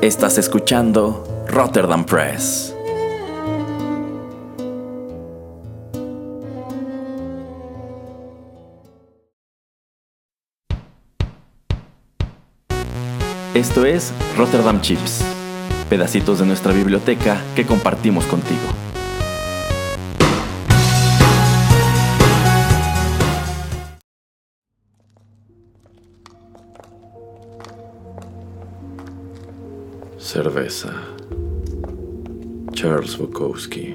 Estás escuchando Rotterdam Press. Esto es Rotterdam Chips, pedacitos de nuestra biblioteca que compartimos contigo. Cerveza. Charles Bukowski.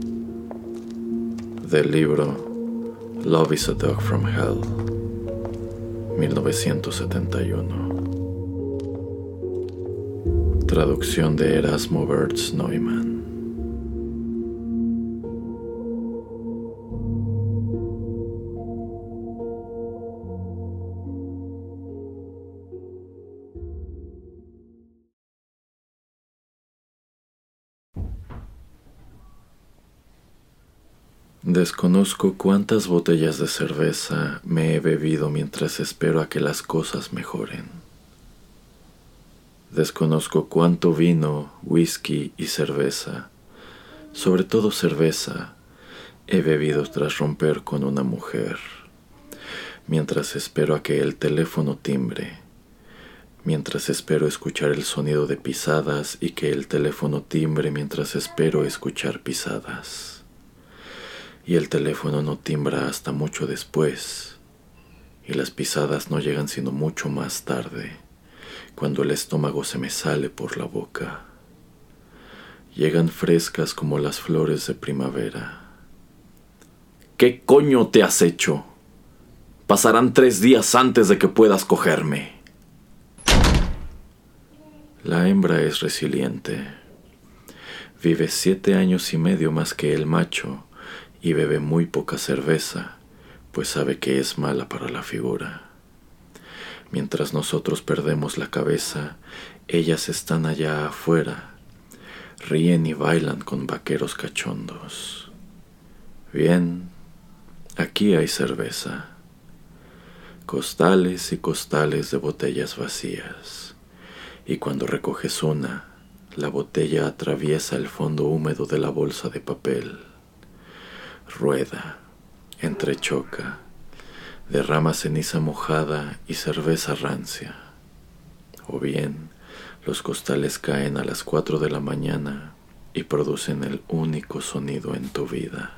Del libro Love is a Dog from Hell, 1971. Traducción de Erasmo Bertz Neumann. Desconozco cuántas botellas de cerveza me he bebido mientras espero a que las cosas mejoren. Desconozco cuánto vino, whisky y cerveza, sobre todo cerveza, he bebido tras romper con una mujer, mientras espero a que el teléfono timbre, mientras espero escuchar el sonido de pisadas y que el teléfono timbre mientras espero escuchar pisadas. Y el teléfono no timbra hasta mucho después, y las pisadas no llegan sino mucho más tarde, cuando el estómago se me sale por la boca. Llegan frescas como las flores de primavera. ¿Qué coño te has hecho? Pasarán 3 días antes de que puedas cogerme. La hembra es resiliente. Vive 7 años y medio más que el macho, y bebe muy poca cerveza, pues sabe que es mala para la figura. Mientras nosotros perdemos la cabeza, ellas están allá afuera, ríen y bailan con vaqueros cachondos. Bien, aquí hay cerveza, costales y costales de botellas vacías, y cuando recoges una, la botella atraviesa el fondo húmedo de la bolsa de papel. Rueda, entrechoca, derrama ceniza mojada y cerveza rancia. O bien, los costales caen a las 4 de la mañana y producen el único sonido en tu vida.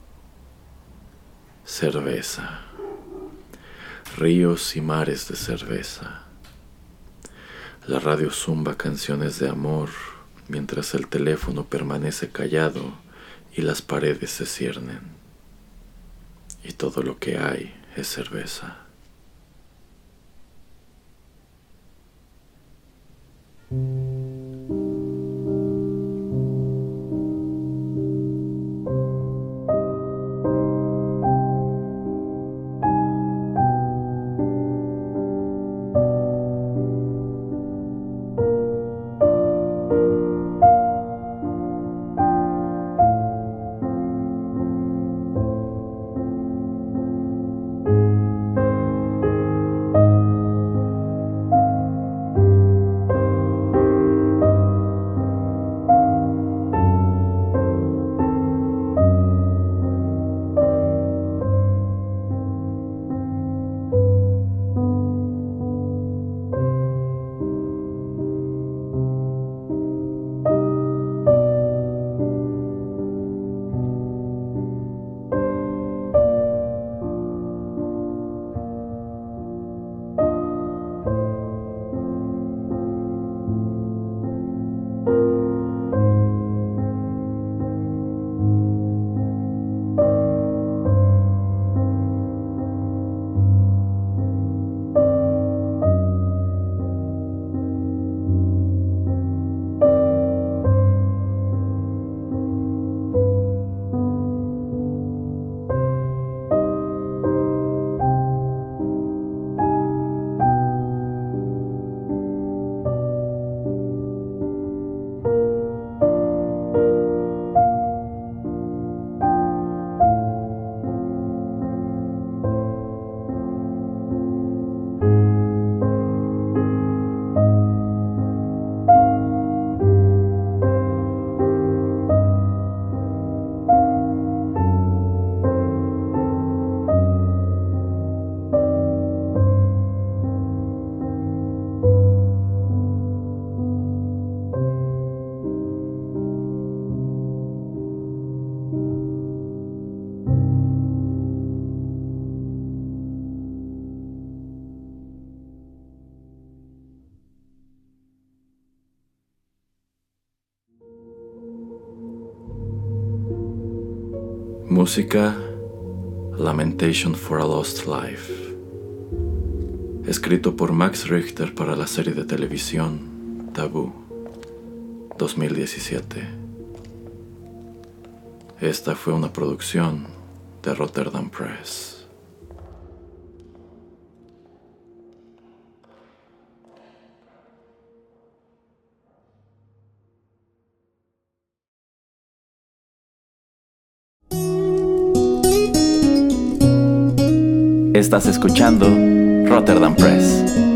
Cerveza. Ríos y mares de cerveza. La radio zumba canciones de amor mientras el teléfono permanece callado y las paredes se ciernen, y todo lo que hay es cerveza. Música Lamentation for a Lost Life, escrito por Max Richter para la serie de televisión Tabú, 2017. Esta fue una producción de Rotterdam Press. Estás escuchando Rotterdam Press.